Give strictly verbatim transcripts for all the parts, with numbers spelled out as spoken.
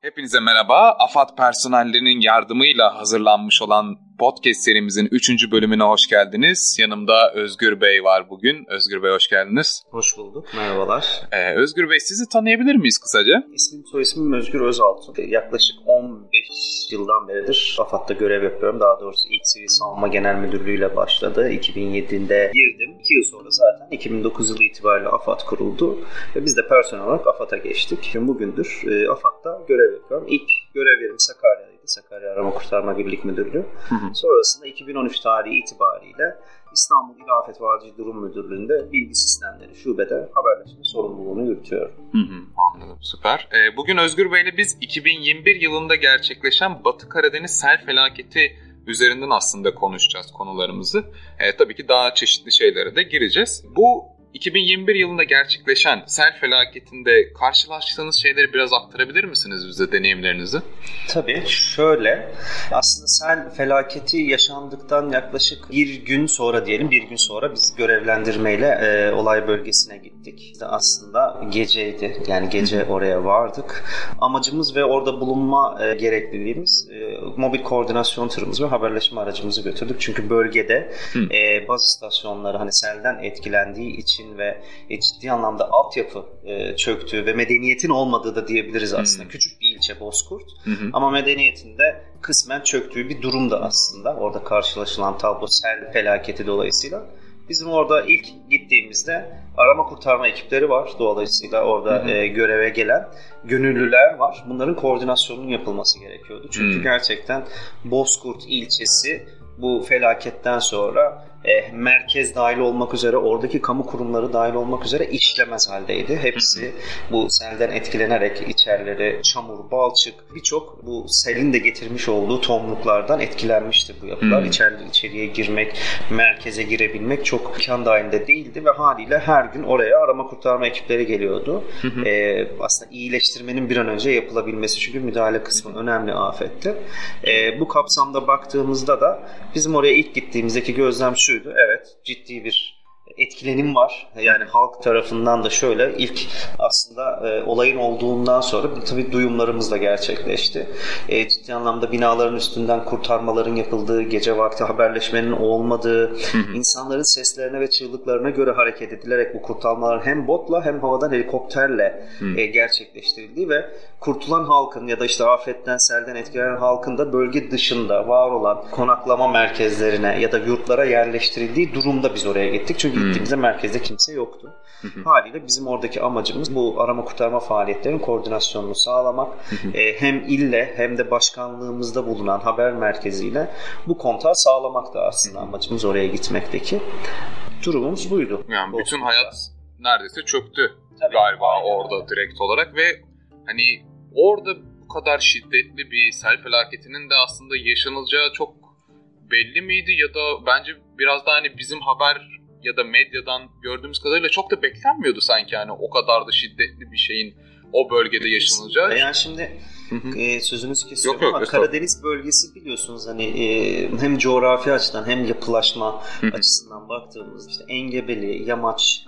Hepinize merhaba. AFAD personellerinin yardımıyla hazırlanmış olan podcast serimizin üçüncü bölümüne hoş geldiniz. Yanımda Özgür Bey var bugün. Özgür Bey hoş geldiniz. Hoş bulduk. Merhabalar. Ee, Özgür Bey sizi tanıyabilir miyiz kısaca? İsmim soy ismim Özgür Özaltun. Yaklaşık on beş yıldan beridir AFAD'da görev yapıyorum. Daha doğrusu ilk Sivil Savunma Genel Müdürlüğü ile başladı. iki bin yedide girdim. iki yıl sonra zaten iki bin dokuz yılı itibariyle AFAD kuruldu. Ve biz de personel olarak AFAD'a geçtik. Bugündür e, AFAD'da görev yapıyorum. İlk görev yerim Sakarya'daydı. Sakarya Arama Kurtarma Birlik Müdürlüğü. Hı hı. Sonrasında iki bin on üç tarihi itibariyle İstanbul İl Afet ve Acil Durum Müdürlüğü'nde Bilgi Sistemleri Şube'de haberleşme sorumluluğunu yürütüyorum. Hı hı, anladım, süper. Ee, bugün Özgür Bey'le biz iki bin yirmi bir yılında gerçekleşen Batı Karadeniz sel felaketi üzerinden aslında konuşacağız konularımızı. Ee, tabii ki daha çeşitli şeylere de gireceğiz. Bu iki bin yirmi bir yılında gerçekleşen sel felaketinde karşılaştığınız şeyleri biraz aktarabilir misiniz bize, deneyimlerinizi? Tabii şöyle, aslında sel felaketi yaşandıktan yaklaşık bir gün sonra diyelim, bir gün sonra biz görevlendirmeyle e, olay bölgesine gittik. İşte aslında geceydi, yani gece oraya vardık. Amacımız ve orada bulunma e, gerekliliğimiz e, mobil koordinasyon tırımız ve haberleşme aracımızı götürdük. Çünkü bölgede e, baz istasyonları hani selden etkilendiği için ve ciddi anlamda altyapı e, çöktüğü ve medeniyetin olmadığı da diyebiliriz aslında. Hmm. Küçük bir ilçe Bozkurt hmm. ama medeniyetin de kısmen çöktüğü bir durumda aslında. Orada karşılaşılan tablo sel felaketi dolayısıyla. Bizim orada ilk gittiğimizde arama kurtarma ekipleri var. Dolayısıyla orada hmm. e, göreve gelen gönüllüler var. Bunların koordinasyonunun yapılması gerekiyordu. Çünkü hmm. gerçekten Bozkurt ilçesi bu felaketten sonra E, merkez dahil olmak üzere, oradaki kamu kurumları dahil olmak üzere işlemez haldeydi. Hepsi bu selden etkilenerek içerileri çamur, balçık, birçok bu selin de getirmiş olduğu tomruklardan etkilenmişti bu yapılar. Hmm. İçeri, içeriye girmek, merkeze girebilmek çok imkan dahilinde değildi ve haliyle her gün oraya arama kurtarma ekipleri geliyordu. e, aslında iyileştirmenin bir an önce yapılabilmesi, çünkü müdahale kısmı önemli afette. E, bu kapsamda baktığımızda da bizim oraya ilk gittiğimizdeki gözlem şuydu. Evet, ciddi bir etkilenim var. Yani halk tarafından da şöyle, ilk aslında e, olayın olduğundan sonra tabii duyumlarımız da gerçekleşti. E, ciddi anlamda binaların üstünden kurtarmaların yapıldığı, gece vakti haberleşmenin olmadığı, hı hı. insanların seslerine ve çığlıklarına göre hareket edilerek bu kurtarmaların hem botla hem havadan helikopterle e, gerçekleştirildiği ve kurtulan halkın ya da işte afetten, selden etkilenen halkın da bölge dışında var olan konaklama merkezlerine ya da yurtlara yerleştirildiği durumda biz oraya gittik. Çünkü hmm. gittiğimizde merkezde kimse yoktu. Hı hı. Haliyle bizim oradaki amacımız bu arama kurtarma faaliyetlerinin koordinasyonunu sağlamak. Hı hı. E, hem ille hem de başkanlığımızda bulunan haber merkeziyle bu kontağı sağlamak da aslında amacımız oraya gitmekteki. Durumumuz buydu. Yani bütün Bozkurt'ta hayat neredeyse çöktü. Tabii, galiba aynen. Orada direkt olarak ve hani orada bu kadar şiddetli bir sel felaketinin de aslında yaşanılacağı çok belli miydi ya da bence biraz da hani bizim haber ya da medyadan gördüğümüz kadarıyla çok da beklenmiyordu sanki, hani o kadar da şiddetli bir şeyin o bölgede yaşanacağı. Yani şimdi e, sözünüzü kesiyorum yok, yok, ama Karadeniz bölgesi biliyorsunuz hani e, hem coğrafi açıdan hem yapılaşma açısından baktığımızda işte engebeli, yamaç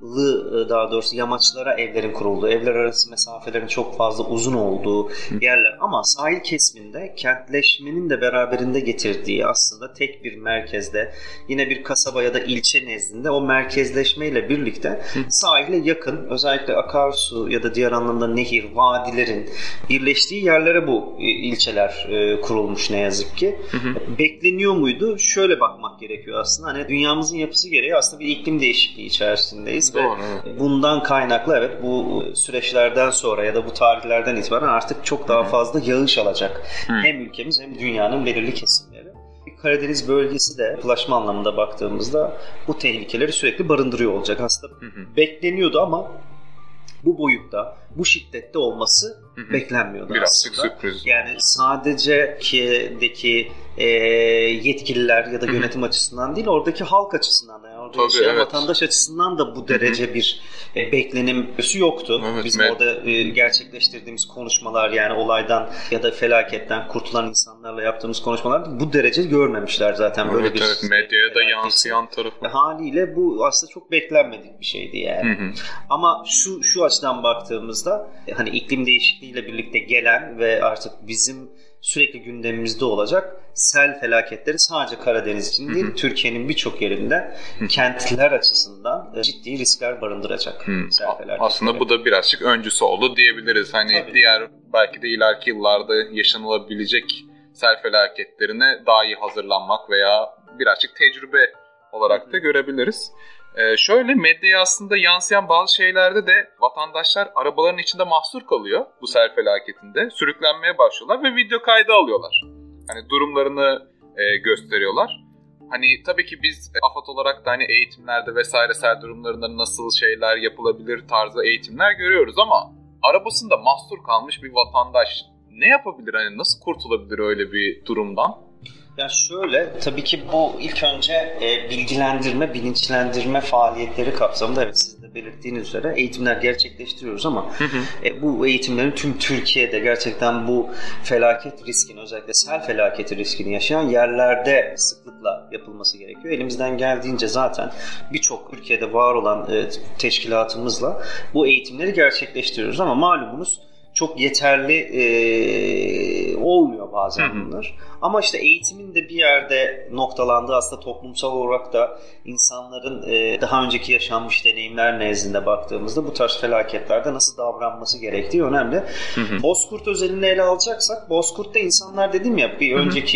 daha doğrusu yamaçlara evlerin kurulduğu, evler arası mesafelerin çok fazla uzun olduğu yerler ama sahil kesiminde kentleşmenin de beraberinde getirdiği aslında tek bir merkezde, yine bir kasaba ya da ilçe nezdinde o merkezleşmeyle birlikte sahile yakın, özellikle akarsu ya da diğer anlamda nehir, vadilerin birleştiği yerlere bu ilçeler kurulmuş ne yazık ki. Bekleniyor muydu? Şöyle bakmak gerekiyor aslında. Hani dünyamızın yapısı gereği aslında bir iklim değişikliği içerisindeyiz. Doğru, evet. Bundan kaynaklı evet bu süreçlerden sonra ya da bu tarihlerden itibaren artık çok daha fazla yağış alacak. Hı. Hem ülkemiz hem dünyanın belirli kesimleri. Karadeniz bölgesi de yapılaşma anlamında baktığımızda bu tehlikeleri sürekli barındırıyor olacak. Aslında hı hı. bekleniyordu ama bu boyutta, bu şiddette olması hı hı. beklenmiyordu birazcık aslında. Sürpriz. Yani sadece Türkiye'deki e, yetkililer ya da yönetim hı hı. açısından değil, oradaki halk açısından da. Yani orada Tabii, yaşayan evet. vatandaş açısından da bu derece Hı-hı. bir e, beklenimsi yoktu. Evet, Bizim med- orada e, gerçekleştirdiğimiz konuşmalar, yani olaydan ya da felaketten kurtulan insanlarla yaptığımız konuşmalar bu derece görmemişler zaten. Evet, böyle bir evet, medyaya da yansıyan tarafı. Haliyle bu aslında çok beklenmedik bir şeydi yani. Hı-hı. Ama şu şu açıdan baktığımızda hani iklim değişikliğiyle birlikte gelen ve artık bizim sürekli gündemimizde olacak sel felaketleri sadece Karadeniz için değil, hı hı. Türkiye'nin birçok yerinde hı hı. kentler açısından ciddi riskler barındıracak hı. sel felaketleri. Aslında bu da birazcık öncüsü oldu diyebiliriz. Hani Tabii. diğer belki de ileriki yıllarda yaşanılabilecek sel felaketlerine daha iyi hazırlanmak veya birazcık tecrübe olarak hı hı. da görebiliriz. Ee, şöyle medyaya aslında yansıyan bazı şeylerde de vatandaşlar arabaların içinde mahsur kalıyor bu sel felaketinde. Sürüklenmeye başlıyorlar ve video kaydı alıyorlar. Hani durumlarını e, gösteriyorlar. Hani tabii ki biz AFAD olarak da hani eğitimlerde vesaire sel durumlarında nasıl şeyler yapılabilir tarzı eğitimler görüyoruz ama arabasında mahsur kalmış bir vatandaş ne yapabilir? Hani nasıl kurtulabilir öyle bir durumdan? Ya şöyle, tabii ki bu ilk önce e, bilgilendirme, bilinçlendirme faaliyetleri kapsamında, evet sizin de belirttiğiniz üzere eğitimler gerçekleştiriyoruz ama hı hı. E, bu eğitimlerin tüm Türkiye'de gerçekten bu felaket riskini, özellikle sel felaketi riskini yaşayan yerlerde sıklıkla yapılması gerekiyor. Elimizden geldiğince zaten birçok ülkede var olan e, teşkilatımızla bu eğitimleri gerçekleştiriyoruz ama malumunuz çok yeterli e, olmuyor bazen bunlar. Ama işte eğitimin de bir yerde noktalandığı, aslında toplumsal olarak da insanların e, daha önceki yaşanmış deneyimler nezdinde baktığımızda bu tarz felaketlerde nasıl davranması gerektiği önemli. Hı hı. Bozkurt özelini ele alacaksak, Bozkurt'ta insanlar dedim ya bir hı hı. önceki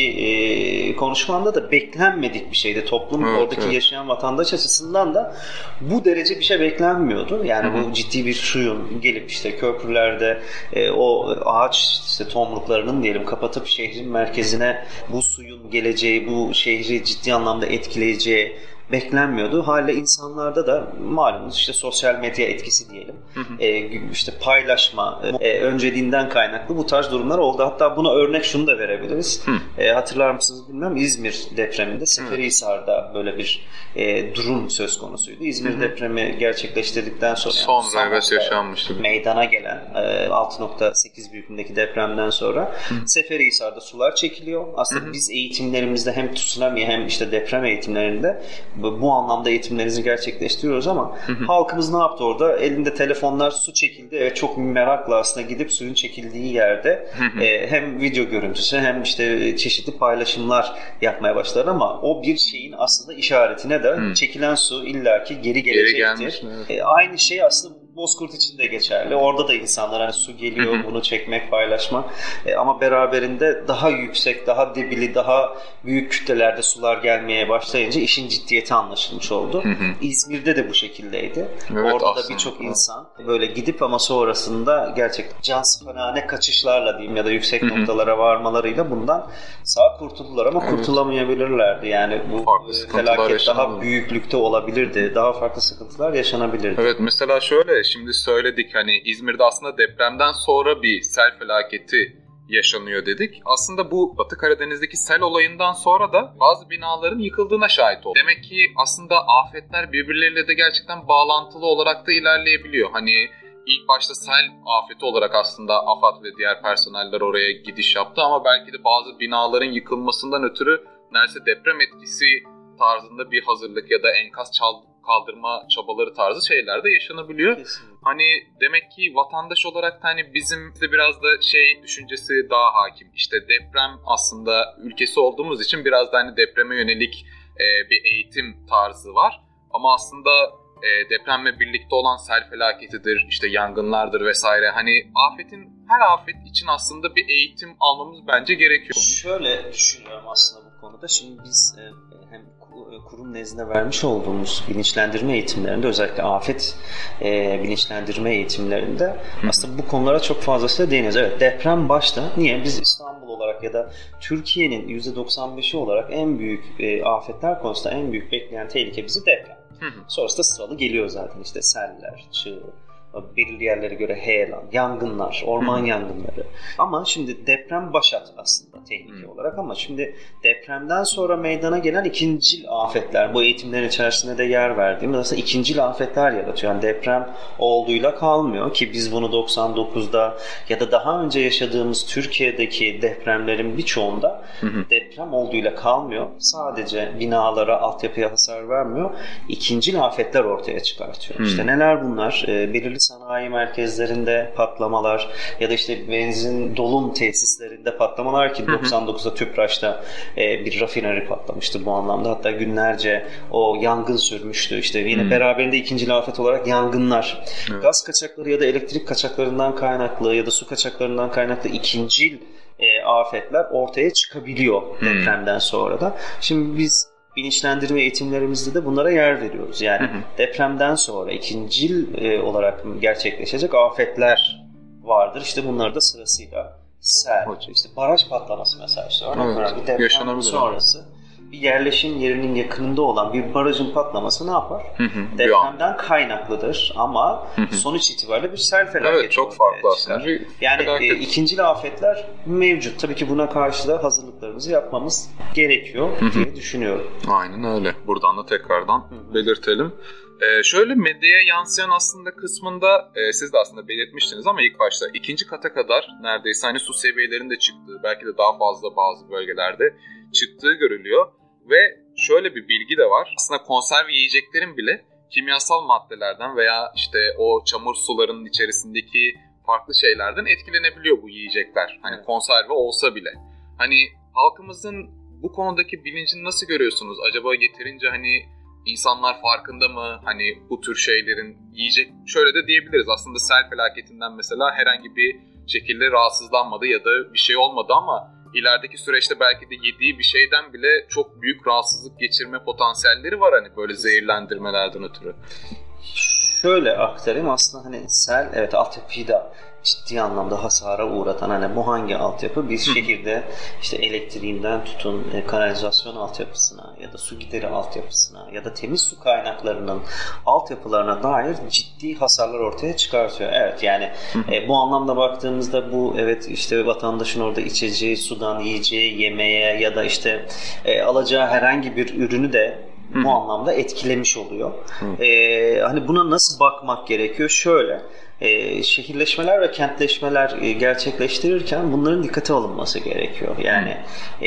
e, konuşmamda da beklenmedik bir şeydi. Toplum evet, oradaki evet. yaşayan vatandaş açısından da bu derece bir şey beklenmiyordu. Yani hı hı. bu ciddi bir suyun gelip işte köprülerde e, o ağaç işte tomruklarının diyelim kapatıp şehrin merkezine bu suyun geleceği, bu şehri ciddi anlamda etkileyeceği beklenmiyordu. Haliyle insanlarda da malumunuz işte sosyal medya etkisi diyelim. Hı hı. E, işte paylaşma e, önceliğinden kaynaklı bu tarz durumlar oldu. Hatta buna örnek şunu da verebiliriz. E, hatırlar mısınız bilmem, İzmir depreminde Seferihisar'da böyle bir e, durum söz konusuydu. İzmir hı hı. depremi gerçekleştirdikten sonra sonra yani, evet yaşanmıştı. Meydana gelen e, altı nokta sekiz büyüklüğündeki depremden sonra hı. Seferihisar'da sular çekiliyor. Aslında hı hı. biz eğitimlerimizde hem tsunami hem işte deprem eğitimlerinde bu anlamda eğitimlerinizi gerçekleştiriyoruz ama hı hı. halkımız ne yaptı orada? Elinde telefonlar, su çekildi. Evet, çok merakla aslında gidip suyun çekildiği yerde hı hı. E, hem video görüntüsü hem işte çeşitli paylaşımlar yapmaya başladılar ama o bir şeyin aslında işaretine de hı. çekilen su illaki geri gelecektir. Geri gelmiş, evet. e, aynı şey aslında Bozkurt için de geçerli. Orada da insanlar hani su geliyor, hı hı. bunu çekmek, paylaşmak e, ama beraberinde daha yüksek, daha debili, daha büyük kütlelerde sular gelmeye başlayınca işin ciddiyeti anlaşılmış oldu. Hı hı. İzmir'de de bu şekildeydi. Evet, orada aslında da birçok insan böyle gidip ama sonrasında gerçekten cansıpanane kaçışlarla diyeyim ya da yüksek hı hı. noktalara varmalarıyla bundan sağ kurtuldular ama evet. kurtulamayabilirlerdi. Yani bu felaket daha büyüklükte olabilirdi. Daha farklı sıkıntılar yaşanabilirdi. Evet, mesela şöyle şimdi söyledik hani İzmir'de aslında depremden sonra bir sel felaketi yaşanıyor dedik. Aslında bu Batı Karadeniz'deki sel olayından sonra da bazı binaların yıkıldığına şahit olduk. Demek ki aslında afetler birbirleriyle de gerçekten bağlantılı olarak da ilerleyebiliyor. Hani ilk başta sel afeti olarak aslında AFAD ve diğer personeller oraya gidiş yaptı ama belki de bazı binaların yıkılmasından ötürü neredeyse deprem etkisi tarzında bir hazırlık ya da enkaz çaldı kaldırma çabaları tarzı şeyler de yaşanabiliyor. Kesinlikle. Hani demek ki vatandaş olarak da hani bizim de biraz da şey düşüncesi daha hakim. İşte deprem aslında ülkesi olduğumuz için biraz da hani depreme yönelik e, bir eğitim tarzı var. Ama aslında e, depremle birlikte olan sel felaketidir, işte yangınlardır vesaire. Hani afetin her afet için aslında bir eğitim almamız bence gerekiyor. Şöyle düşünüyorum aslında bu konuda. Şimdi biz e, hem kurum nezdinde vermiş olduğumuz bilinçlendirme eğitimlerinde, özellikle afet e, bilinçlendirme eğitimlerinde Hı. aslında bu konulara çok fazlasıyla değiniyoruz. Evet, deprem başta. Niye? Biz İstanbul olarak ya da Türkiye'nin yüzde doksan beşi olarak en büyük e, afetler konusunda en büyük bekleyen tehlike bizi deprem. Hı hı. Sonrasında sıralı geliyor zaten işte seller, çığ, Belirli yerlere göre heyelan, yangınlar, orman Hı. yangınları. Ama şimdi deprem başat aslında tehlike Hı. olarak ama şimdi depremden sonra meydana gelen ikincil afetler, bu eğitimlerin içerisinde de yer verdiğimiz aslında ikincil afetler yaratıyor. Yani deprem olduğuyla kalmıyor ki biz bunu doksan dokuzda ya da daha önce yaşadığımız Türkiye'deki depremlerin birçoğunda Hı hı. deprem olduğuyla kalmıyor. Sadece binalara, altyapıya hasar vermiyor. İkincil afetler ortaya çıkartıyor. Hı. İşte neler bunlar? E, belirli sanayi merkezlerinde patlamalar ya da işte benzin dolum tesislerinde patlamalar ki hı hı. doksan dokuzda Tüpraş'ta e, bir rafineri patlamıştı bu anlamda. Hatta günlerce o yangın sürmüştü. İşte yine hı. beraberinde ikincil afet olarak yangınlar. Hı. Gaz kaçakları ya da elektrik kaçaklarından kaynaklı ya da su kaçaklarından kaynaklı ikincil e, afetler ortaya çıkabiliyor hmm. depremden sonra da. Şimdi biz bilinçlendirme eğitimlerimizde de bunlara yer veriyoruz. Yani hı hı. depremden sonra ikincil e, olarak gerçekleşecek afetler vardır. İşte bunları da sırasıyla sel, işte baraj patlaması mesela işte örnek evet. bir deprem sonrası bir yerleşim yerinin yakınında olan bir barajın patlaması ne yapar? Hı hı, depremden kaynaklıdır ama hı hı. sonuç itibariyle bir sel felaketi. Evet, çok farklı aslında. Yani e, ikincil afetler mevcut. Tabii ki buna karşı da hazırlıklarımızı yapmamız gerekiyor hı hı. diye düşünüyorum. Aynen öyle. Buradan da tekrardan hı hı. belirtelim. Ee, şöyle medyaya yansıyan aslında kısmında e, siz de aslında belirtmiştiniz ama ilk başta ikinci kata kadar neredeyse hani su seviyelerinin de çıktığı, belki de daha fazla bazı bölgelerde çıktığı görülüyor. Ve şöyle bir bilgi de var. Aslında konserve yiyeceklerin bile kimyasal maddelerden veya işte o çamur sularının içerisindeki farklı şeylerden etkilenebiliyor bu yiyecekler. Hani konserve olsa bile. Hani halkımızın bu konudaki bilincini nasıl görüyorsunuz? Acaba yeterince hani insanlar farkında mı? Hani bu tür şeylerin yiyecek, şöyle de diyebiliriz. Aslında sel felaketinden mesela herhangi bir şekilde rahatsızlanmadı ya da bir şey olmadı ama ilerideki süreçte belki de yediği bir şeyden bile çok büyük rahatsızlık geçirme potansiyelleri var hani böyle zehirlendirmelerden ötürü. Şöyle aktarayım aslında hani sel evet altyapıyı da ciddi anlamda hasara uğratan hani bu hangi altyapı? Bir şehirde işte elektriğinden tutun e, kanalizasyon altyapısına ya da su gideri altyapısına ya da temiz su kaynaklarının altyapılarına dair ciddi hasarlar ortaya çıkartıyor. Evet yani e, bu anlamda baktığımızda bu evet işte vatandaşın orada içeceği sudan yiyeceği yemeğe ya da işte e, alacağı herhangi bir ürünü de bu Hı. anlamda etkilemiş oluyor. Ee, hani buna nasıl bakmak gerekiyor? Şöyle, e, şehirleşmeler ve kentleşmeler e, gerçekleştirirken bunların dikkate alınması gerekiyor. Yani e,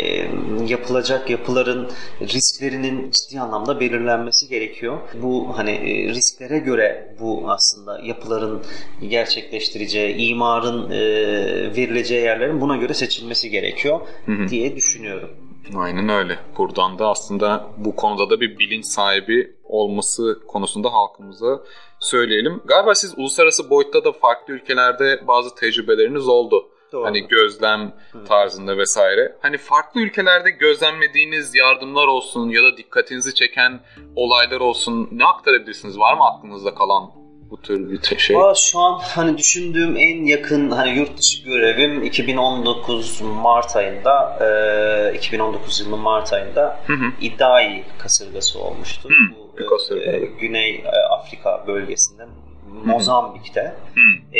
yapılacak yapıların risklerinin ciddi anlamda belirlenmesi gerekiyor. Bu hani e, risklere göre bu aslında yapıların gerçekleştireceği, imarın e, verileceği yerlerin buna göre seçilmesi gerekiyor Hı. diye düşünüyorum. Aynen öyle. Buradan da aslında bu konuda da bir bilinç sahibi olması konusunda halkımıza söyleyelim. Galiba siz uluslararası boyutta da farklı ülkelerde bazı tecrübeleriniz oldu. Doğru. Hani gözlem tarzında vesaire. Hani farklı ülkelerde gözlemlediğiniz yardımlar olsun ya da dikkatinizi çeken olaylar olsun ne aktarabilirsiniz? Var mı aklınızda kalan bu tür bir şey? Aa, şu an hani düşündüğüm en yakın hani yurt dışı görevim iki bin on dokuz Mart ayında e, iki bin on dokuz yılı Mart ayında hı hı. İdai kasırgası olmuştu. Hı, bu e, Güney Afrika bölgesinde Mozambik'te. Hmm.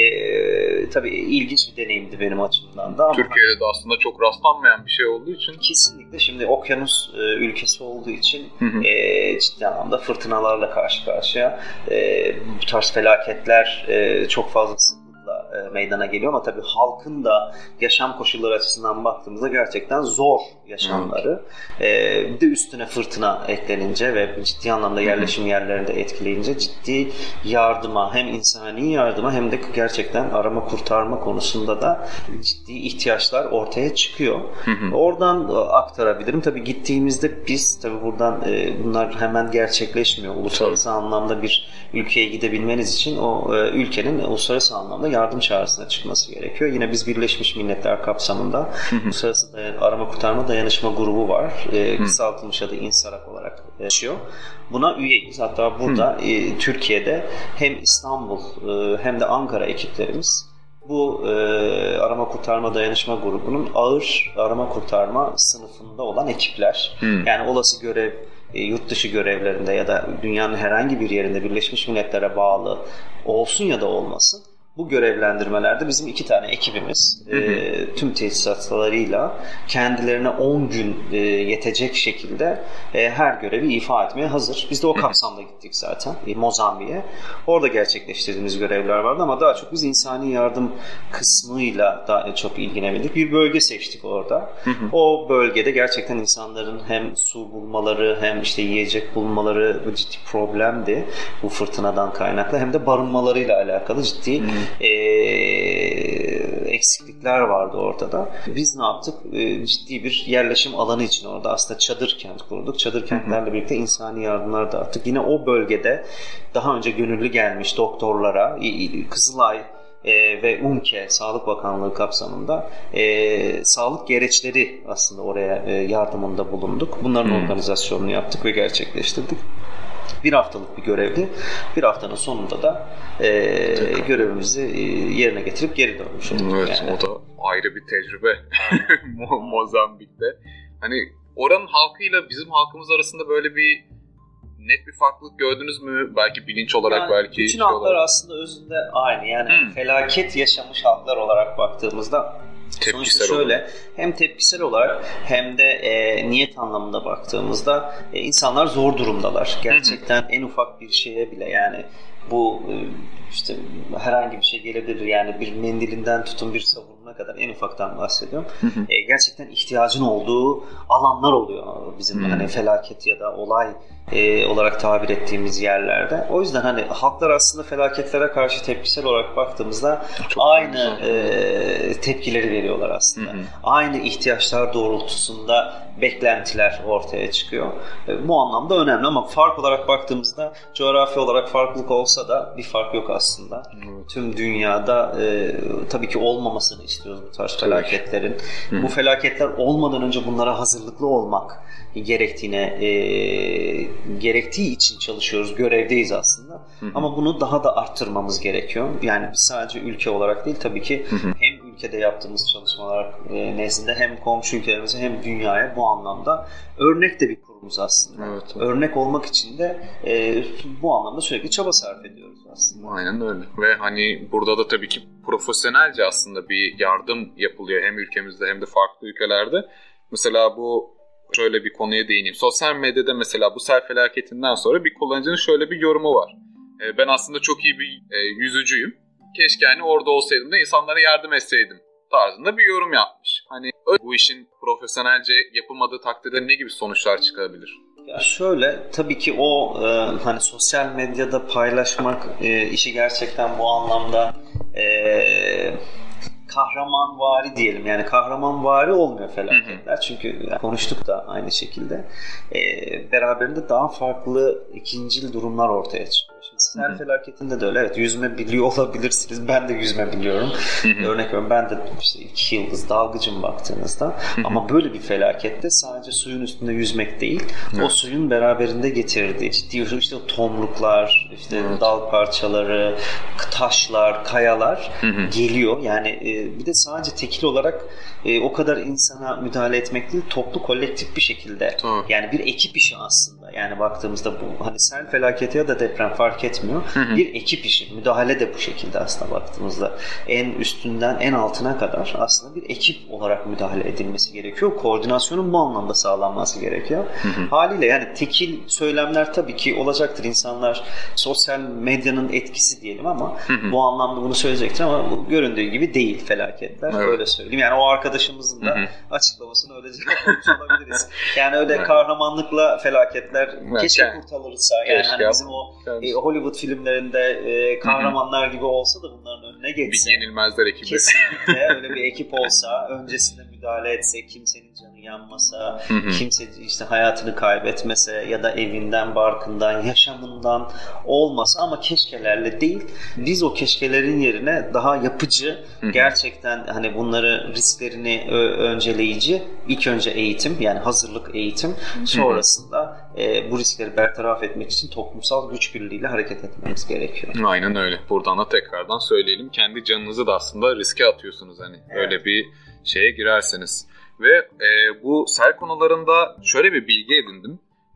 E, tabii ilginç bir deneyimdi benim açımdan da. Ama Türkiye'de de aslında çok rastlanmayan bir şey olduğu için. Kesinlikle. Şimdi okyanus e, ülkesi olduğu için e, ciddi anlamda fırtınalarla karşı karşıya. E, bu tarz felaketler e, çok fazla sıklıkla e, meydana geliyor ama tabii halkın da yaşam koşulları açısından baktığımızda gerçekten zor yaşamları. Hmm. E, bir de üstüne fırtına eklenince ve ciddi anlamda yerleşim hmm. yerlerini de etkileyince ciddi yardıma hem insani yardıma hem de gerçekten arama kurtarma konusunda da ciddi ihtiyaçlar ortaya çıkıyor. Hı hı. Oradan aktarabilirim. Tabii gittiğimizde biz tabii buradan e, bunlar hemen gerçekleşmiyor. Uluslararası Tabii. anlamda bir ülkeye gidebilmeniz için o e, ülkenin uluslararası anlamda yardım çağrısına çıkması gerekiyor. Yine biz Birleşmiş Milletler kapsamında hı hı. Uluslararası Dayan- Arama Kurtarma Dayanışma Grubu var. E, kısaltılmış adı İNSARAK olarak yaşıyor. Buna üyeyiz. Hatta burada e, Türkiye'de hem İstanbul e, hem de Ankara ekiplerimiz bu e, arama kurtarma dayanışma grubunun ağır arama kurtarma sınıfında olan ekipler. Hmm. Yani olası görev e, yurt dışı görevlerinde ya da dünyanın herhangi bir yerinde Birleşmiş Milletler'e bağlı olsun ya da olmasın, bu görevlendirmelerde bizim iki tane ekibimiz hı hı. E, tüm tesisatlarıyla kendilerine on gün e, yetecek şekilde e, her görevi ifa etmeye hazır. Biz de o kapsamda gittik zaten e, Mozambik'e. Orada gerçekleştirdiğimiz görevler vardı ama daha çok biz insani yardım kısmıyla daha çok ilgilendik. Bir bölge seçtik orada. Hı hı. O bölgede gerçekten insanların hem su bulmaları hem işte yiyecek bulmaları ciddi problemdi bu fırtınadan kaynaklı, hem de barınmalarıyla alakalı ciddi hı hı. E, eksiklikler vardı ortada. Biz ne yaptık? E, ciddi bir yerleşim alanı için orada aslında çadır kent kurduk. Çadır kentlerle birlikte insani yardımlar dağıttık. Yine o bölgede daha önce gönüllü gelmiş doktorlara, Kızılay e, ve UMKE Sağlık Bakanlığı kapsamında e, sağlık gereçleri aslında oraya e, yardımında bulunduk. Bunların hmm. organizasyonunu yaptık ve gerçekleştirdik. Bir haftalık bir görevdi. Bir haftanın sonunda da e, görevimizi e, yerine getirip geri dönmüş olduk. Evet, yani. O da ayrı bir tecrübe Mozambik'te. Hani oranın halkıyla bizim halkımız arasında böyle bir net bir farklılık gördünüz mü? Belki bilinç olarak, yani belki... Bütün şey halklar olarak. Aslında özünde aynı. Yani hmm. felaket yaşamış halklar olarak baktığımızda sonuçta şöyle olarak. Hem tepkisel olarak hem de e, niyet anlamında baktığımızda e, insanlar zor durumdalar. Gerçekten en ufak bir şeye bile, yani bu e, işte herhangi bir şey gelebilir, yani bir mendilinden tutun bir savununa kadar en ufaktan bahsediyorum. e, gerçekten ihtiyacın olduğu alanlar oluyor bizim hani felaket ya da olay e, olarak tabir ettiğimiz yerlerde. O yüzden hani halklar aslında felaketlere karşı tepkisel olarak baktığımızda çok aynı e, tepkileri veriyorlar aslında. Hı hı. Aynı ihtiyaçlar doğrultusunda beklentiler ortaya çıkıyor. E, bu anlamda önemli ama fark olarak baktığımızda coğrafi olarak farklılık olsa da bir fark yok aslında. Evet. Tüm dünyada e, tabii ki olmamasını istiyoruz bu tarz felaketlerin. Hı. Bu felaketler olmadan önce bunlara hazırlıklı olmak gerektiğine e, gerektiği için çalışıyoruz, görevdeyiz aslında. Hı hı. Ama bunu daha da arttırmamız gerekiyor. Yani biz sadece ülke olarak değil tabii ki hı hı. hem ülkede yaptığımız çalışmalar e, nezdinde hem komşu ülkelerimize hem dünyaya bu anlamda örnek de bir kurumuz aslında. Evet, evet. Örnek olmak için de e, bu anlamda sürekli çaba sarf ediyoruz aslında. Aynen öyle. Ve hani burada da tabii ki profesyonelce aslında bir yardım yapılıyor hem ülkemizde hem de farklı ülkelerde. Mesela bu şöyle bir konuya değineyim. Sosyal medyada mesela bu sel felaketinden sonra bir kullanıcının şöyle bir yorumu var. E, ben aslında çok iyi bir e, yüzücüyüm. Keşke hani orada olsaydım da insanlara yardım etseydim tarzında bir yorum yapmış. Hani bu işin profesyonelce yapılmadığı takdirde ne gibi sonuçlar çıkabilir? Ya şöyle, tabii ki o e, hani sosyal medyada paylaşmak e, işi gerçekten bu anlamda e, kahramanvari diyelim. Yani kahramanvari olmuyor felaketler. Hı hı. Çünkü yani konuştuk da aynı şekilde. E, beraberinde daha farklı ikincil durumlar ortaya çıkıyor. Şimdi sel felaketinde de öyle. Evet, yüzme biliyor olabilirsiniz. Ben de yüzme biliyorum. Hı hı. Örnek veriyorum. Ben de işte iki yıldız dalgıcım baktığınızda. Hı hı. Ama böyle bir felakette sadece suyun üstünde yüzmek değil. Hı. O suyun beraberinde getirdiği ciddi işte o tomruklar, işte evet. dal parçaları, taşlar, kayalar hı hı. geliyor. Yani e, bir de sadece tekil olarak e, o kadar insana müdahale etmek değil, toplu kolektif bir şekilde. Tamam. Yani bir ekip işi aslında. Yani baktığımızda bu hani sel felaketi ya da deprem fark etmiyor. Hı hı. Bir ekip işi. Müdahale de bu şekilde aslında baktığımızda. En üstünden en altına kadar aslında bir ekip olarak müdahale edilmesi gerekiyor. Koordinasyonun bu anlamda sağlanması gerekiyor. Hı hı. Haliyle yani tekil söylemler tabii ki olacaktır. İnsanlar sosyal medyanın etkisi diyelim ama hı hı. bu anlamda bunu söyleyecektir ama bu göründüğü gibi değil felaketler. Evet. Öyle söyleyeyim. Yani o arkadaşımızın da hı hı. açıklamasını öylece yapmış olabiliriz. Yani öyle evet. kahramanlıkla felaketler evet. keşke yani. kurtarılırsa. Yani keşke hani bizim o e, Hollywood filmlerinde e, kahramanlar hı hı. gibi olsa da bunların önüne geçse. Bir yenilmezler ekibi. Kesinlikle öyle bir ekip olsa, öncesinde müdahale etse, kimsenin canı yanmasa, hı hı. kimse işte hayatını kaybetmese ya da evinden, barkından, yaşamından olmasa ama keşkelerle değil. Biz o keşkelerin yerine daha yapıcı, hı hı. gerçekten hani bunları risklerini ö- önceleyici, ilk önce eğitim yani hazırlık eğitim, sonrasında e, bu riskleri bertaraf etmek için toplumsal güç birliğiyle hareket etmemiz gerekiyor. Aynen öyle. Buradan da tekrardan söyleyelim. Kendi canınızı da aslında riske atıyorsunuz hani evet. öyle bir şeye girerseniz. Ve e, bu sel konularında şöyle bir bilgi edindim.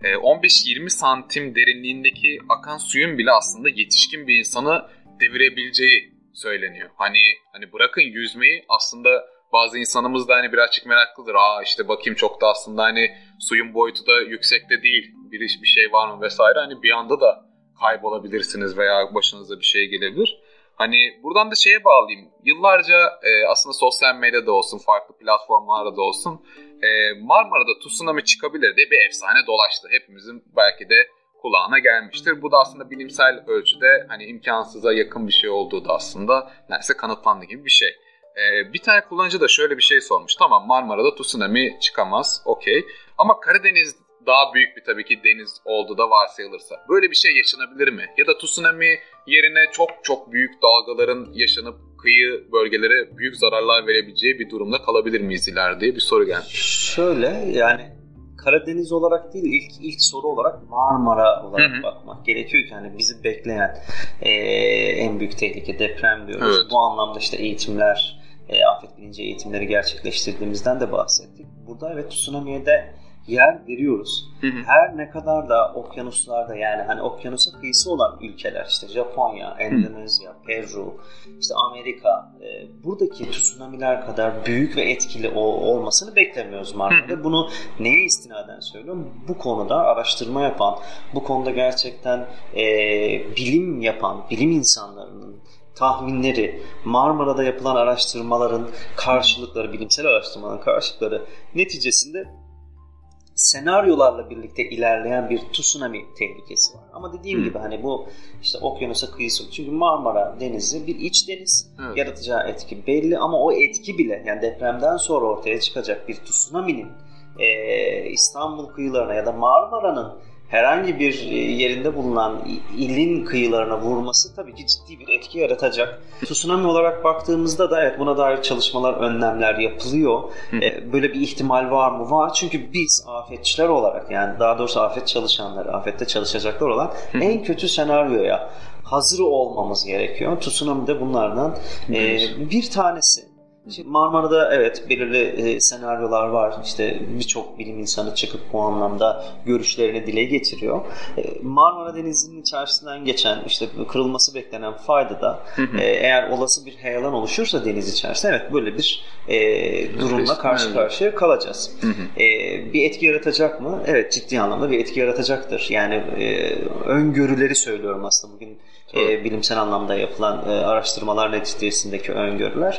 on beş yirmi santim derinliğindeki akan suyun bile aslında yetişkin bir insanı devirebileceği söyleniyor. Hani hani bırakın yüzmeyi, aslında bazı insanımız da hani birazcık meraklıdır. Aa işte bakayım, çok da aslında hani suyun boyutu da yüksekte değil. Bir iş bir şey var mı vesaire. Hani bir anda da kaybolabilirsiniz veya başınıza bir şey gelebilir. Hani buradan da şeye bağlayayım. Yıllarca e, aslında sosyal medyada olsun, farklı platformlarda da olsun e, Marmara'da tsunami çıkabilir diye bir efsane dolaştı. Hepimizin belki de kulağına gelmiştir. Bu da aslında bilimsel ölçüde hani imkansıza yakın bir şey olduğu da aslında neredeyse kanıtlandı gibi bir şey. Ee, bir tane kullanıcı da şöyle bir şey sormuş. Tamam, Marmara'da tsunami çıkamaz, okey. Ama Karadeniz daha büyük bir tabii ki deniz olduğu da varsayılırsa böyle bir şey yaşanabilir mi? Ya da tsunami yerine çok çok büyük dalgaların yaşanıp kıyı bölgelere büyük zararlar verebileceği bir durumda kalabilir miyiz ileride diye bir soru gelmiş. Şöyle yani Karadeniz olarak değil, ilk ilk soru olarak Marmara olarak hı hı. bakmak gerekiyor ki hani bizi bekleyen e, en büyük tehlike deprem diyoruz. Evet. Bu anlamda işte eğitimler, e, afet bilinci eğitimleri gerçekleştirdiğimizden de bahsettik. Burada evet tsunami'ye de yer veriyoruz. Hı hı. Her ne kadar da okyanuslarda, yani hani okyanusa kıyısı olan ülkeler, işte Japonya, Endonezya, hı. Peru, işte Amerika, e, buradaki tsunami'ler kadar büyük ve etkili o, olmasını beklemiyoruz Marmara'da. Bunu neye istinaden söylüyorum? Bu konuda araştırma yapan, bu konuda gerçekten e, bilim yapan, bilim insanlarının tahminleri, Marmara'da yapılan araştırmaların karşılıkları, bilimsel araştırmaların karşılıkları neticesinde senaryolarla birlikte ilerleyen bir tsunami tehlikesi var. Ama dediğim hmm. gibi hani bu işte okyanusa kıyısı. Çünkü Marmara Denizi bir iç deniz. Evet. Yaratacağı etki belli ama o etki bile, yani depremden sonra ortaya çıkacak bir tsunami'nin e, İstanbul kıyılarına ya da Marmara'nın herhangi bir yerinde bulunan ilin kıyılarına vurması tabii ki ciddi bir etki yaratacak. Tsunami olarak baktığımızda da evet buna dair çalışmalar, önlemler yapılıyor. Ee, böyle bir ihtimal var mı? Var. Çünkü biz afetçiler olarak, yani daha doğrusu afet çalışanları, afette çalışacaklar olan en kötü senaryoya hazır olmamız gerekiyor. Tsunami de bunlardan e, bir tanesi. Şimdi Marmara'da evet belirli e, senaryolar var. İşte birçok bilim insanı çıkıp bu anlamda görüşlerini dile getiriyor. E, Marmara Denizi'nin içerisinden geçen, işte kırılması beklenen fayda da e, eğer olası bir heyelan oluşursa deniz içerisinde evet böyle bir e, durumla karşı karşıya kalacağız. E, bir etki yaratacak mı? Evet, ciddi anlamda bir etki yaratacaktır. Yani e, öngörüleri söylüyorum aslında bugün. E, bilimsel anlamda yapılan e, araştırmalar neticesindeki öngörüler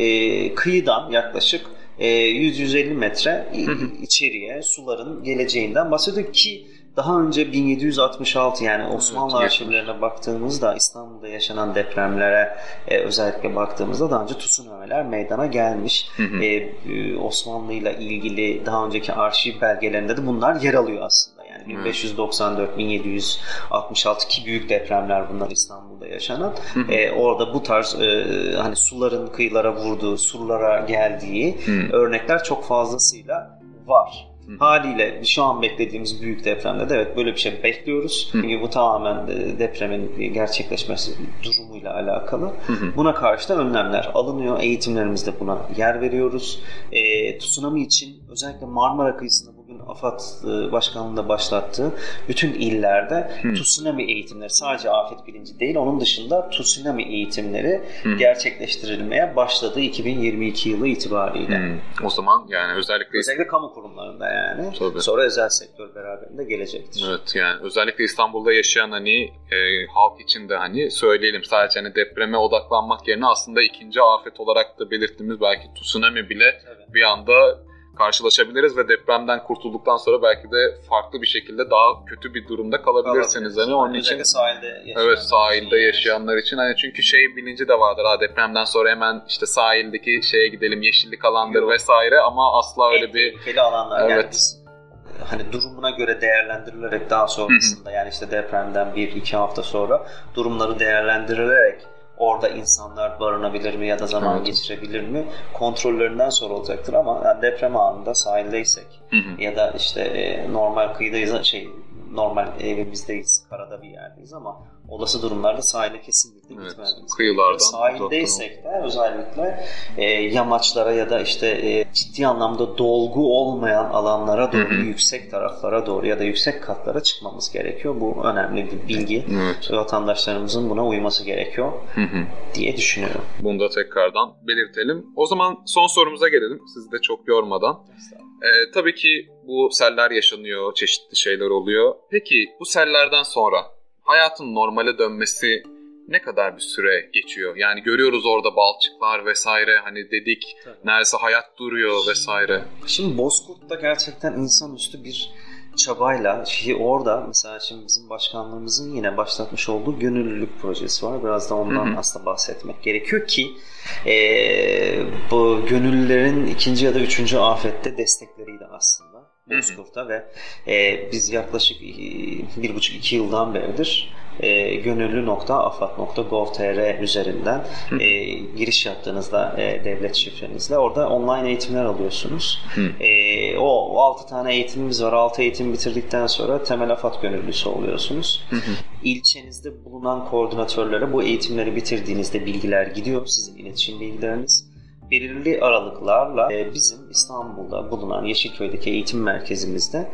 e, kıyıdan yaklaşık e, yüz yüz elli metre içeriye suların geleceğinden bahsediyor ki daha önce bin yedi yüz altmış altı, yani Osmanlı evet, arşivlerine baktığımızda, İstanbul'da yaşanan depremlere e, özellikle baktığımızda daha önce tsunami'ler meydana gelmiş. Hı hı. E, Osmanlı'yla ilgili daha önceki arşiv belgelerinde de bunlar yer alıyor aslında. Yani bin beş yüz doksan dört bin yedi yüz altmış altı ki büyük depremler bunlar İstanbul'da yaşanan. Hı hı. E, orada bu tarz e, hani suların kıyılara vurduğu, surlara geldiği hı. örnekler çok fazlasıyla var. Hı. Haliyle şu an beklediğimiz büyük depremde de evet böyle bir şey bekliyoruz. Hı. Çünkü bu tamamen depremin gerçekleşmesi durumuyla alakalı. Hı hı. Buna karşı da önlemler alınıyor. Eğitimlerimizde buna yer veriyoruz. E, tsunami için özellikle Marmara kıyısında bugün AFAD Başkanlığı'nda başlattığı bütün illerde hmm. tsunami eğitimleri, sadece afet bilinci değil, onun dışında tsunami eğitimleri hmm. gerçekleştirilmeye başladı iki bin yirmi iki yılı itibariyle. Hmm. O zaman yani özellikle özellikle kamu kurumlarında yani. Tabii. Sonra özel sektör beraberinde gelecektir. Evet, yani özellikle İstanbul'da yaşayan hani e, halk için de hani söyleyelim, sadece hani depreme odaklanmak yerine aslında ikinci afet olarak da belirttiğimiz belki tsunami bile Tabii. bir anda karşılaşabiliriz ve depremden kurtulduktan sonra belki de farklı bir şekilde daha kötü bir durumda kalabilirsiniz. Hani onun için sahilde evet, sahilde yaşayanlar için hani çünkü şey bilinci de vardır. Ha, depremden sonra hemen işte sahildeki şeye gidelim, yeşillik alandır Yok. vesaire, ama asla öyle en bir tehlikeli alanlar. Evet. Yani hani durumuna göre değerlendirilerek daha sonrasında yani işte depremden bir iki hafta sonra durumları değerlendirilerek orada insanlar barınabilir mi ya da zaman evet. geçirebilir mi kontrollerinden sonra olacaktır, ama yani deprem anında sahildeysek hı hı. ya da işte e, normal kıyıdayız, şey normal evimizdeyiz, karada bir yerdeyiz ama olası durumlarda sahile kesinlikle evet, gitmemiz. Kıyılardan. Sahildeysek de özellikle e, yamaçlara ya da işte e, ciddi anlamda dolgu olmayan alanlara doğru, Hı-hı. yüksek taraflara doğru ya da yüksek katlara çıkmamız gerekiyor. Bu önemli bir bilgi. Evet. Vatandaşlarımızın buna uyması gerekiyor Hı-hı. diye düşünüyorum. Bunu da tekrardan belirtelim. O zaman son sorumuza gelelim. Sizi de çok yormadan. Ee, tabii ki bu seller yaşanıyor, çeşitli şeyler oluyor. Peki bu sellerden sonra hayatın normale dönmesi ne kadar bir süre geçiyor? Yani görüyoruz orada balçıklar vesaire, hani dedik Tabii. neredeyse hayat duruyor vesaire. Şimdi Bozkurt'ta gerçekten insanüstü bir çabayla ki orada mesela şimdi bizim başkanlığımızın yine başlatmış olduğu gönüllülük projesi var. Biraz da ondan Hı-hı. aslında bahsetmek gerekiyor ki e, bu gönüllülerin ikinci ya da üçüncü afette destekleriydi aslında Bozkurt'ta ve e, biz yaklaşık bir buçuk iki yıldan beridir e, gönüllü nokta afat nokta gov nokta tr üzerinden e, giriş yaptığınızda e, devlet şifrenizle orada online eğitimler alıyorsunuz. E, o, o altı tane eğitimimiz var. altı eğitim bitirdikten sonra temel afat gönüllüsü oluyorsunuz. Hı hı. İlçenizde bulunan koordinatörlere bu eğitimleri bitirdiğinizde bilgiler gidiyor. Sizin iletişim bilgileriniz. Belirli aralıklarla bizim İstanbul'da bulunan Yeşilköy'deki eğitim merkezimizde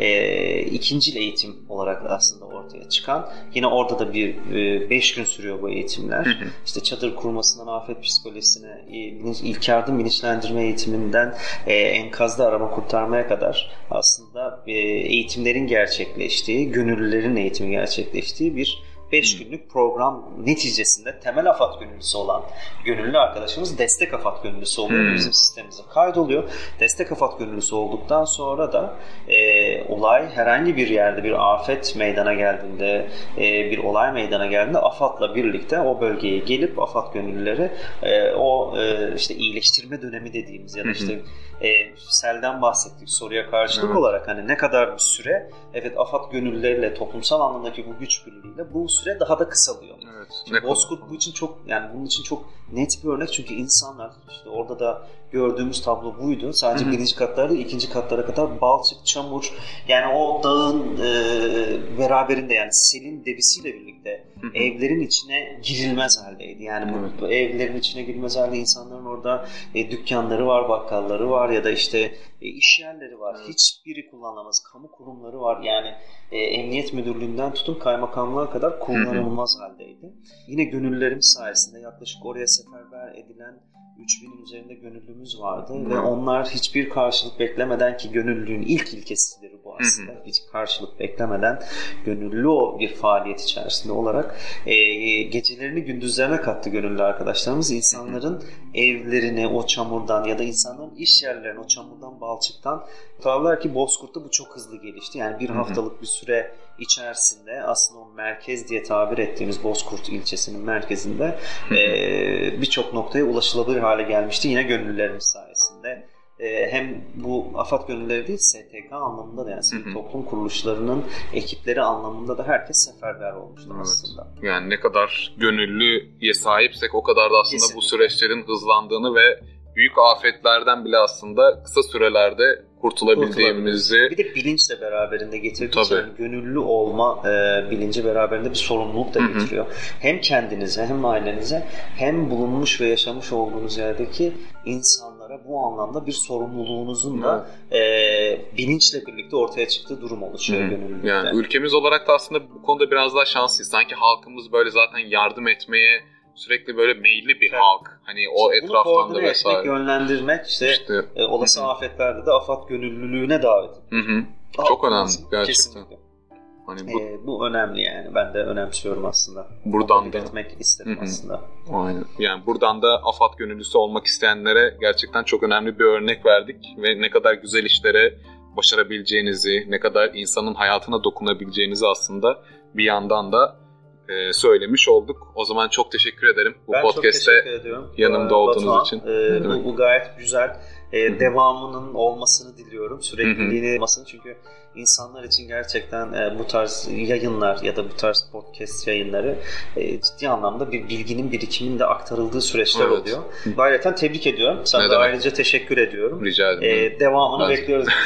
e, ikincil eğitim olarak aslında ortaya çıkan, yine orada da bir beş gün sürüyor bu eğitimler. Hı hı. İşte çadır kurmasından afet psikolojisine, ilk yardım bilinçlendirme eğitiminden e, enkazda arama kurtarmaya kadar aslında e, eğitimlerin gerçekleştiği, gönüllülerin eğitimi gerçekleştiği bir beş günlük program neticesinde temel afat gönüllüsü olan gönüllü arkadaşımız destek afat gönüllüsü oluyor. Hmm. Bizim sistemimize kaydoluyor. Destek afat gönüllüsü olduktan sonra da e, olay herhangi bir yerde bir afet meydana geldiğinde, e, bir olay meydana geldiğinde AFAD'la birlikte o bölgeye gelip afat gönüllüleri e, o e, işte iyileştirme dönemi dediğimiz ya da işte e, selden bahsettik soruya karşılık evet. olarak hani ne kadar bir süre, evet afat gönüllüleriyle toplumsal anlamdaki bu güç birliğiyle bu süre daha da kısalıyor. Evet, Bozkurt bu için çok, yani bunun için çok net bir örnek çünkü insanlar işte orada da gördüğümüz tablo buydu. Sadece Hı-hı. birinci katlarda ikinci katlara kadar balçık, çamur, yani o dağın e, beraberinde yani selin debisiyle birlikte Hı-hı. evlerin içine girilmez haldeydi. Yani bu, bu evlerin içine girilmez halde insanların orada e, dükkanları var, bakkalları var ya da işte e, iş yerleri var. Evet. Hiçbiri kullanılamaz. Kamu kurumları var. Yani e, emniyet müdürlüğünden tutun kaymakamlığa kadar kullanılmaz Hı-hı. haldeydi. Yine gönüllülerimiz sayesinde yaklaşık oraya seferber edilen üç binin üzerinde gönüllümüz vardı hmm. ve onlar hiçbir karşılık beklemeden, ki gönüllülüğün ilk ilkesidir bu aslında, hmm. hiç karşılık beklemeden gönüllü o bir faaliyet içerisinde olarak e, gecelerini gündüzlerine kattı gönüllü arkadaşlarımız. İnsanların hmm. evlerini o çamurdan ya da insanların iş yerlerini o çamurdan, balçıktan kurtardılar ki Bozkurt'ta bu çok hızlı gelişti. Yani bir hmm. haftalık bir süre içerisinde aslında o merkez diye tabir ettiğimiz Bozkurt ilçesinin merkezinde e, birçok noktaya ulaşılabilir hale gelmişti. Yine gönüllülerimiz sayesinde. E, hem bu AFAD gönüllüleri değil, S T K anlamında da yani sivil toplum kuruluşlarının ekipleri anlamında da herkes seferber olmuştu evet. aslında. Yani ne kadar gönüllüye sahipsek o kadar da aslında Kesinlikle. bu süreçlerin hızlandığını ve büyük afetlerden bile aslında kısa sürelerde kurtulabildiğimizi... Bir de bilinçle beraberinde getirdiği için yani gönüllü olma e, bilinci beraberinde bir sorumluluk da Hı-hı. getiriyor. Hem kendinize hem ailenize hem bulunmuş ve yaşamış olduğunuz yerdeki insanlara bu anlamda bir sorumluluğunuzun da e, bilinçle birlikte ortaya çıktığı durum oluşuyor Hı-hı. gönüllülükte. Yani ülkemiz olarak da aslında bu konuda biraz daha şanslıyız. Sanki halkımız böyle zaten yardım etmeye sürekli böyle meyilli bir evet. halk. Hani o işte etraftan da vesaire. Etmek, yönlendirmek işte, işte e, olası Hı-hı. afetlerde de AFAD gönüllülüğüne davet ediyor. Çok önemli gerçekten. Kesinlikle. Hani bu, e, bu önemli yani. Ben de önemsiyorum aslında. Buradan da etmek istedim Hı-hı. aslında. Aynen. Yani buradan da AFAD gönüllüsü olmak isteyenlere gerçekten çok önemli bir örnek verdik ve ne kadar güzel işlere başarabileceğinizi, ne kadar insanın hayatına dokunabileceğinizi aslında bir yandan da Ee, söylemiş olduk. O zaman çok teşekkür ederim bu ben podcast'te yanımda olduğunuz Batuhan, için. E, bu, bu gayet güzel. E, devamının olmasını diliyorum. Sürekliliğini olmasını çünkü insanlar için gerçekten e, bu tarz yayınlar ya da bu tarz podcast yayınları e, ciddi anlamda bir bilginin birikiminin de aktarıldığı süreçler evet. oluyor. Ayrıca tebrik ediyorum. Sana da ayrıca teşekkür ediyorum. Rica ederim. E, devamını Bence. bekliyoruz biz de diyelim.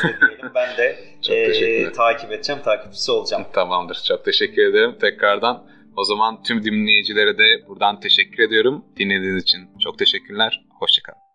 Ben de e, takip edeceğim, takipçisi olacağım. Tamamdır. Çok teşekkür ederim tekrardan. O zaman tüm dinleyicilere de buradan teşekkür ediyorum. Dinlediğiniz için çok teşekkürler. Hoşça kalın.